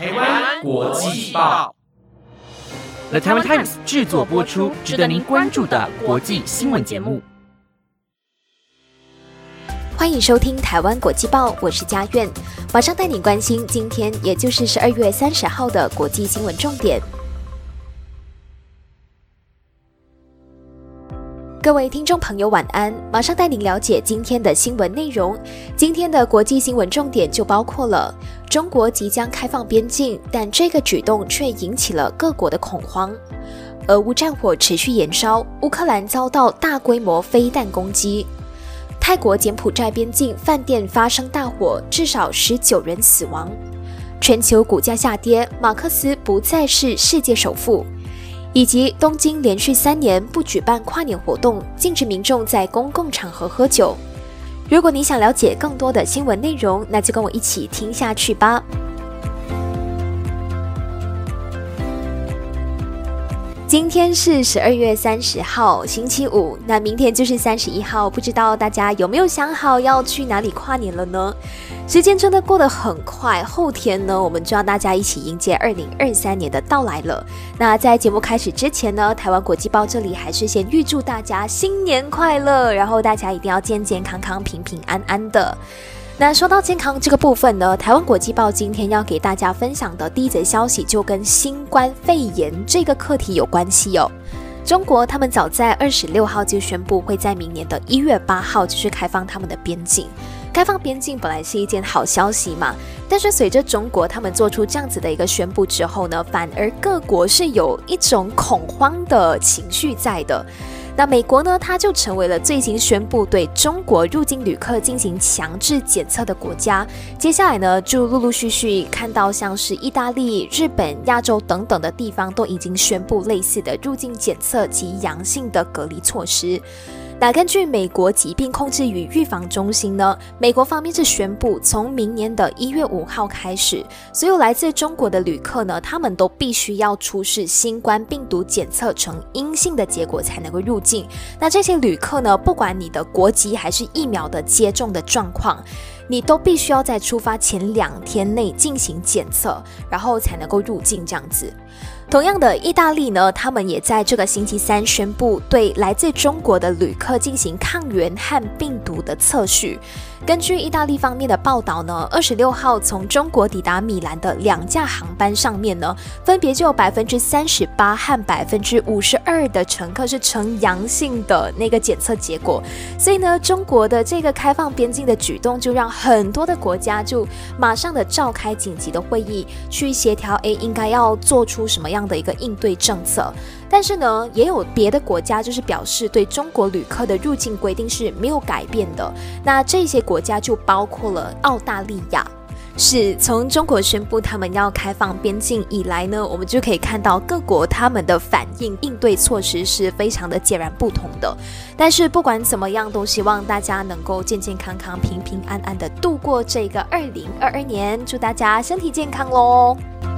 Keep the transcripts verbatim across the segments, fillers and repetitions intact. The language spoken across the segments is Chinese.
台湾国际报 The Taiwan Times 制作播出，值得您关注的国际新闻节目。 欢迎收听台湾国际报，我是嘉苑，马上带你关心今天，也就是十二月三十号的国际新闻重点。各位听众朋友晚安，马上带您了解今天的新闻内容。今天的国际新闻重点就包括了中国即将开放边境，但这个举动却引起了各国的恐慌。俄乌战火持续延烧，乌克兰遭到大规模飞弹攻击。泰国柬埔寨边境饭店发生大火，至少十九人死亡。全球股价下跌，马克思不再是世界首富。以及东京连续三年不举办跨年活动，禁止民众在公共场合喝酒。如果你想了解更多的新闻内容，那就跟我一起听下去吧。今天是十二月三十号，星期五，那明天就是三十一号，不知道大家有没有想好要去哪里跨年了呢？时间真的过得很快，后天呢，我们就要大家一起迎接二零二三年的到来了。那在节目开始之前呢，台湾国际报这里还是先预祝大家新年快乐，然后大家一定要健健康康、平平安安的。那说到健康这个部分呢，台湾国际报今天要给大家分享的第一则消息就跟新冠肺炎这个课题有关系哦。中国他们早在二十六号就宣布会在明年的一月八号就是开放他们的边境。开放边境本来是一件好消息嘛，但是随着中国他们做出这样子的一个宣布之后呢，反而各国是有一种恐慌的情绪在的。那美国呢，它就成为了最新宣布对中国入境旅客进行强制检测的国家。接下来呢，就陆陆续续看到像是意大利、日本、亚洲等等的地方都已经宣布类似的入境检测及阳性的隔离措施。那根据美国疾病控制与预防中心呢，美国方面是宣布，从明年的一月五号开始，所有来自中国的旅客呢，他们都必须要出示新冠病毒检测呈阴性的结果才能够入境。那这些旅客呢，不管你的国籍还是疫苗的接种的状况，你都必须要在出发前两天内进行检测，然后才能够入境这样子。同样的，意大利呢，他们也在这个星期三宣布对来自中国的旅客进行抗原和病毒的测序。根据意大利方面的报道呢，二十六号从中国抵达米兰的两架航班上面呢，分别就有百分之三十八和百分之五十二的乘客是呈阳性的那个检测结果。所以呢，中国的这个开放边境的举动，就让很多的国家就马上的召开紧急的会议，去协调，诶，应该要做出什么样的一个应对政策。但是呢，也有别的国家就是表示对中国旅客的入境规定是没有改变的。那这些国家就包括了澳大利亚。是从中国宣布他们要开放边境以来呢，我们就可以看到各国他们的反应应对措施是非常的截然不同的。但是不管怎么样，都希望大家能够健健康康、平平安安的度过这个二零二二年，祝大家身体健康咯。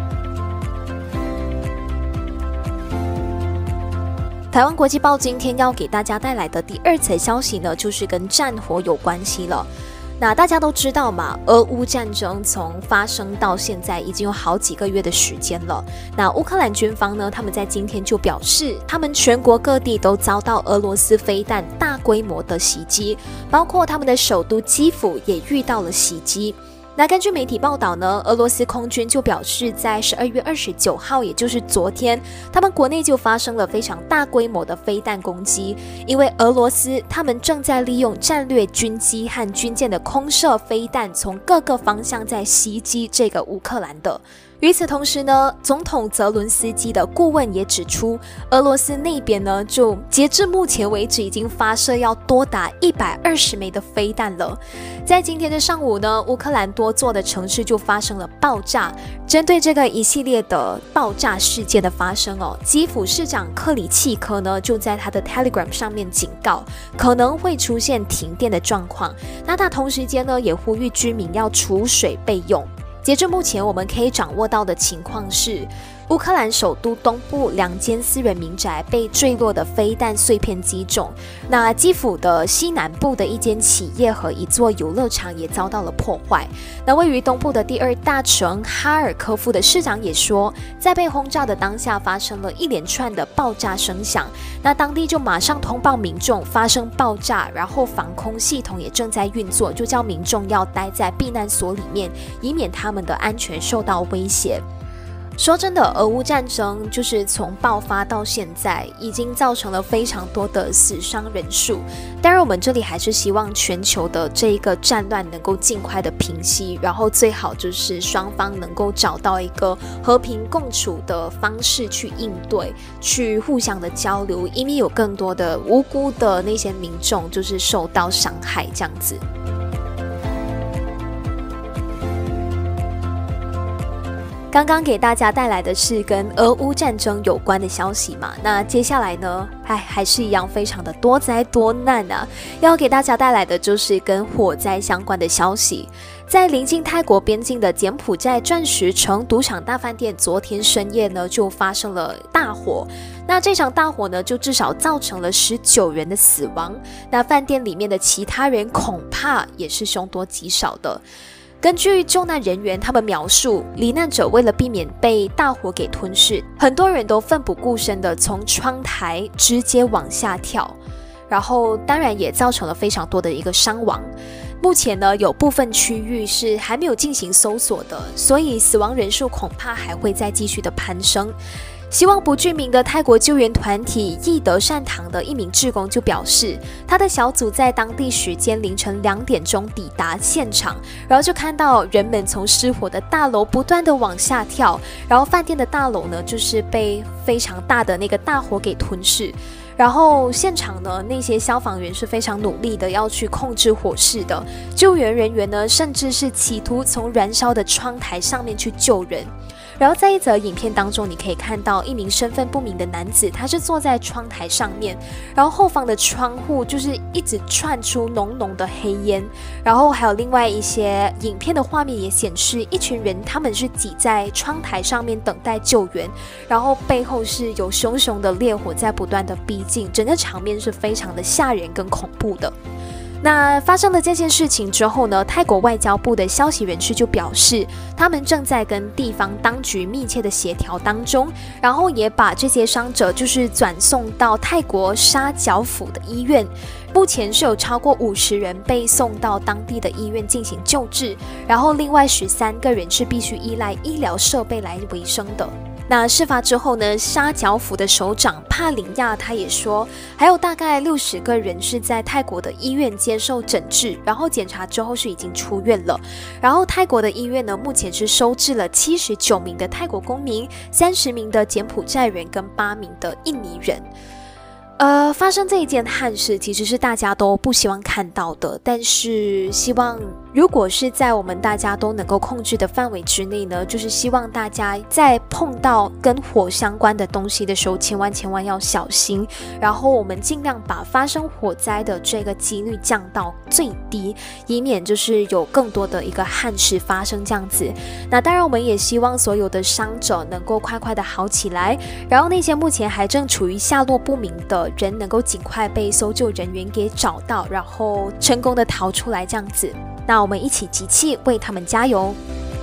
台湾国际报今天要给大家带来的第二则消息呢，就是跟战火有关系了。那大家都知道嘛，俄乌战争从发生到现在已经有好几个月的时间了。那乌克兰军方呢，他们在今天就表示，他们全国各地都遭到俄罗斯飞弹大规模的袭击，包括他们的首都基辅也遇到了袭击。那根据媒体报道呢，俄罗斯空军就表示，在十二月二十九号，也就是昨天，他们国内就发生了非常大规模的飞弹攻击，因为俄罗斯他们正在利用战略军机和军舰的空射飞弹，从各个方向在袭击这个乌克兰的。与此同时呢，总统泽伦斯基的顾问也指出，俄罗斯那边呢，就截至目前为止已经发射要多达一百二十枚的飞弹了。在今天的上午呢，乌克兰多座的城市就发生了爆炸。针对这个一系列的爆炸事件的发生哦，基辅市长克里契科呢就在他的 Telegram 上面警告，可能会出现停电的状况。那他同时间呢也呼吁居民要储水备用。截至目前我们可以掌握到的情况是， 乌克兰首都东部两间私人民宅被坠落的飞弹碎片击中，那基辅的西南部的一间企业和一座游乐场也遭到了破坏。那位于东部的第二大城哈尔科夫的市长也说，在被轰炸的当下发生了一连串的爆炸声响，那当地就马上通报民众发生爆炸，然后防空系统也正在运作，就叫民众要待在避难所里面，以免他们的安全受到威胁。说真的，俄乌战争就是从爆发到现在，已经造成了非常多的死伤人数。当然，我们这里还是希望全球的这一个战乱能够尽快的平息，然后最好就是双方能够找到一个和平共处的方式去应对，去互相的交流，以免有更多的无辜的那些民众就是受到伤害这样子。刚刚给大家带来的是跟俄乌战争有关的消息嘛，那接下来呢，哎，还是一样非常的多灾多难啊！要给大家带来的就是跟火灾相关的消息。在临近泰国边境的柬埔寨钻石城赌场大饭店，昨天深夜呢就发生了大火。那这场大火呢，就至少造成了十九人的死亡。那饭店里面的其他人恐怕也是凶多吉少的。根据救难人员他们描述，罹难者为了避免被大火给吞噬，很多人都奋不顾身的从窗台直接往下跳，然后当然也造成了非常多的一个伤亡。目前呢，有部分区域是还没有进行搜索的，所以死亡人数恐怕还会再继续的攀升。希望不具名的泰国救援团体义德善堂的一名志工就表示，他的小组在当地时间凌晨两点钟抵达现场，然后就看到人们从失火的大楼不断的往下跳，然后饭店的大楼呢，就是被非常大的那个大火给吞噬。然后现场呢，那些消防员是非常努力的要去控制火势的，救援人员呢，甚至是企图从燃烧的窗台上面去救人。然后在一则影片当中，你可以看到一名身份不明的男子，他是坐在窗台上面，然后后方的窗户就是一直窜出浓浓的黑烟，然后还有另外一些影片的画面也显示，一群人他们是挤在窗台上面等待救援，然后背后是有熊熊的烈火在不断的逼近，整个场面是非常的吓人跟恐怖的。那发生了这件事情之后呢，泰国外交部的消息人士就表示，他们正在跟地方当局密切的协调当中，然后也把这些伤者就是转送到泰国沙角府的医院。目前是有超过五十人被送到当地的医院进行救治，然后另外十三个人是必须依赖医疗设备来维生的。那事发之后呢，沙角府的首长帕林亚他也说，还有大概六十个人是在泰国的医院接受诊治，然后检查之后是已经出院了。然后泰国的医院呢，目前是收治了七十九名的泰国公民，三十名的柬埔寨人跟八名的印尼人。呃，发生这一件憾事其实是大家都不希望看到的，但是希望如果是在我们大家都能够控制的范围之内呢，就是希望大家在碰到跟火相关的东西的时候，千万千万要小心，然后我们尽量把发生火灾的这个几率降到最低，以免就是有更多的一个憾事发生这样子。那当然我们也希望所有的伤者能够快快的好起来，然后那些目前还正处于下落不明的人能够尽快被搜救人员给找到，然后成功的逃出来这样子。那我们一起集气为他们加油。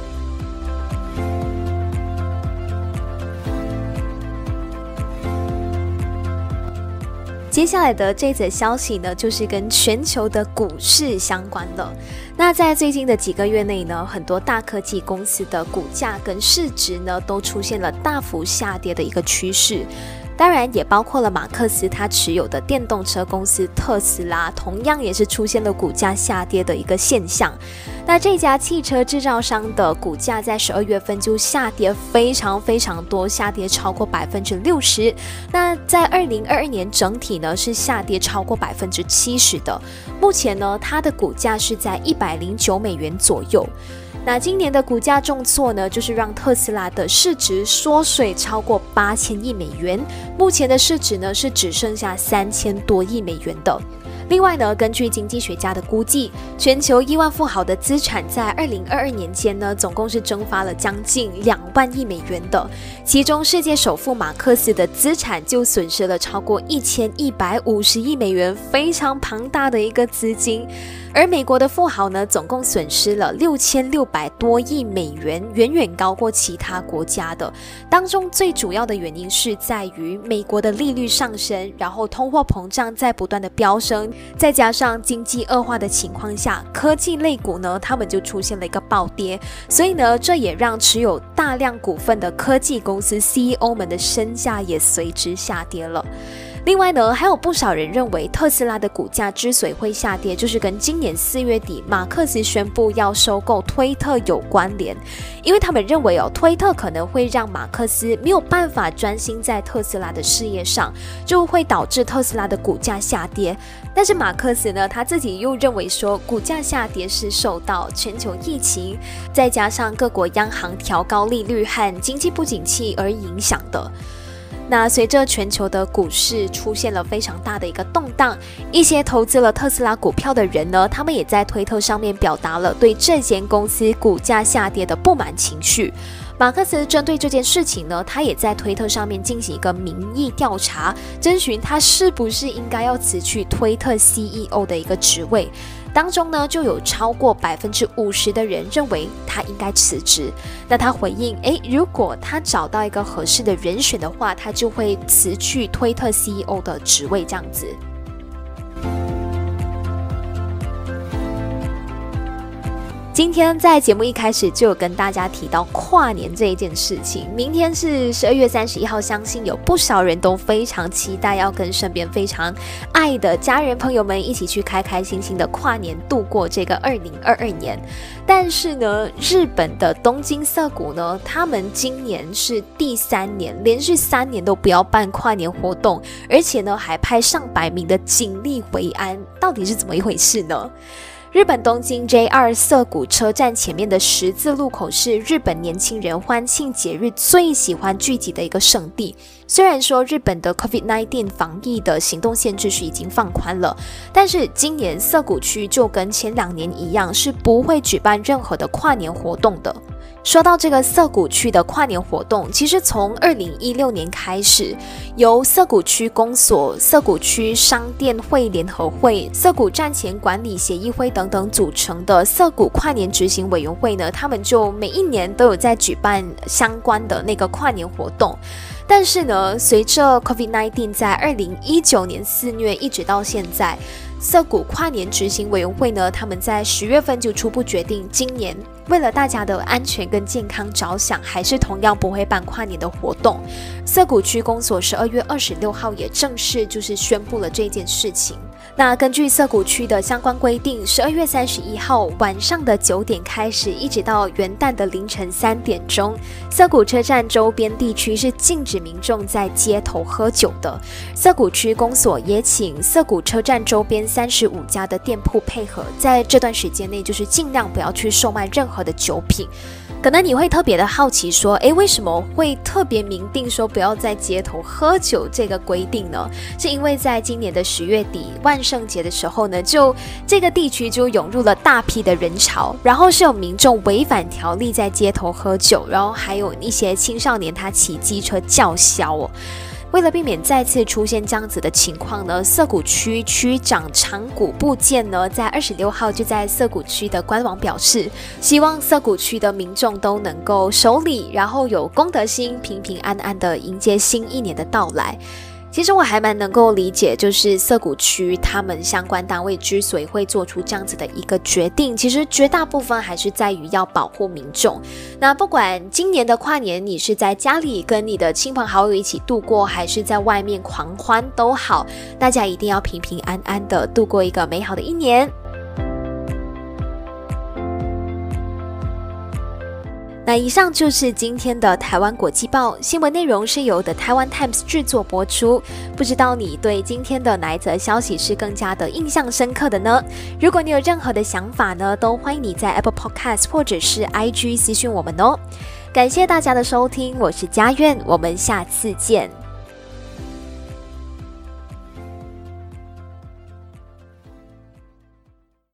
接下来的这则消息呢，就是跟全球的股市相关了。那在最近的几个月内呢，很多大科技公司的股价跟市值呢，都出现了大幅下跌的一个趋势。当然也包括了马克思他持有的电动车公司特斯拉，同样也是出现了股价下跌的一个现象。那这家汽车制造商的股价在十二月份就下跌非常非常多，下跌超过百分之六十。那在二零二二年整体呢是下跌超过百分之七十的。目前呢，它的股价是在一百零九美元左右。那今年的股价重挫呢，就是让特斯拉的市值缩水超过八千亿美元，目前的市值呢是只剩下三千多亿美元的。 另外呢，根据经济学家的估计，全球亿万富豪的资产在二零二二年间呢，总共是蒸发了将近两万亿美元的。其中，世界首富马克思的资产就损失了超过一千一百五十亿美元，非常庞大的一个资金。而美国的富豪呢，总共损失了六千六百多亿美元，远远高过其他国家的。当中最主要的原因是在于美国的利率上升，然后通货膨胀在不断的飙升，再加上经济恶化的情况下，科技类股呢，他们就出现了一个暴跌。所以呢，这也让持有大量股份的科技公司 C E O 们的身价也随之下跌了。另外呢，还有不少人认为特斯拉的股价之所以会下跌，就是跟今年四月底马克思宣布要收购推特有关联，因为他们认为哦，推特可能会让马克思没有办法专心在特斯拉的事业上，就会导致特斯拉的股价下跌。但是马克思呢，他自己又认为说，股价下跌是受到全球疫情，再加上各国央行调高利率和经济不景气而影响的。那随着全球的股市出现了非常大的一个动荡，一些投资了特斯拉股票的人呢，他们也在推特上面表达了对这间公司股价下跌的不满情绪。马克思针对这件事情呢，他也在推特上面进行一个民意调查，征询他是不是应该要辞去推特 C E O 的一个职位。当中呢，就有超过百分之五十的人认为他应该辞职。那他回应，诶，如果他找到一个合适的人选的话，他就会辞去推特 C E O 的职位，这样子。今天在节目一开始就有跟大家提到跨年这一件事情，明天是十二月三十一号，相信有不少人都非常期待要跟身边非常爱的家人朋友们一起去开开心心的跨年，度过这个二零二二年。但是呢，日本的东京涩谷呢，他们今年是第三年连续三年都不要办跨年活动，而且呢还派上百名的警力维安，到底是怎么一回事呢？日本东京 J 二 涩谷车站前面的十字路口是日本年轻人欢庆节日最喜欢聚集的一个圣地。虽然说日本的 COVID 十九 防疫的行动限制是已经放宽了，但是今年涩谷区就跟前两年一样，是不会举办任何的跨年活动的。说到这个涩谷区的跨年活动，其实从二零一六年开始，由涩谷区公所、涩谷区商店会联合会、涩谷站前管理协议会等等组成的涩谷跨年执行委员会呢，他们就每一年都有在举办相关的那个跨年活动。但是呢，随着 COVID 十九 在二零一九年肆虐一直到现在，涩谷跨年执行委员会呢，他们在十月份就初步决定，今年为了大家的安全跟健康着想，还是同样不会办跨年的活动。涩谷区公所十二月二十六号也正式就是宣布了这件事情。那根据涩谷区的相关规定，十二月三十一号晚上的九点开始，一直到元旦的凌晨三点钟，涩谷车站周边地区是禁止民众在街头喝酒的。涩谷区公所也请涩谷车站周边三十五家的店铺配合，在这段时间内就是尽量不要去售卖任何的酒品。可能你会特别的好奇说，诶，为什么会特别明定说不要在街头喝酒这个规定呢？是因为在今年的十月底万圣节的时候呢，就这个地区就涌入了大批的人潮，然后是有民众违反条例在街头喝酒，然后还有一些青少年他骑机车叫嚣哦。为了避免再次出现这样子的情况呢，涩谷区区长长谷部健呢，在二十六号就在涩谷区的官网表示，希望涩谷区的民众都能够守礼，然后有公德心，平平安安的迎接新一年的到来。其实我还蛮能够理解，就是涩谷区他们相关单位之所以会做出这样子的一个决定，其实绝大部分还是在于要保护民众。那不管今年的跨年你是在家里跟你的亲朋好友一起度过，还是在外面狂欢都好，大家一定要平平安安的度过一个美好的一年。那以上就是今天的台湾国际报新闻内容，是由The Taiwan Times 制作播出。不知道你对今天的哪一则消息是更加的印象深刻的呢？如果你有任何的想法呢，都欢迎你在 Apple Podcast 或者是 I G 私讯我们哦。感谢大家的收听，我是嘉苑，我们下次见。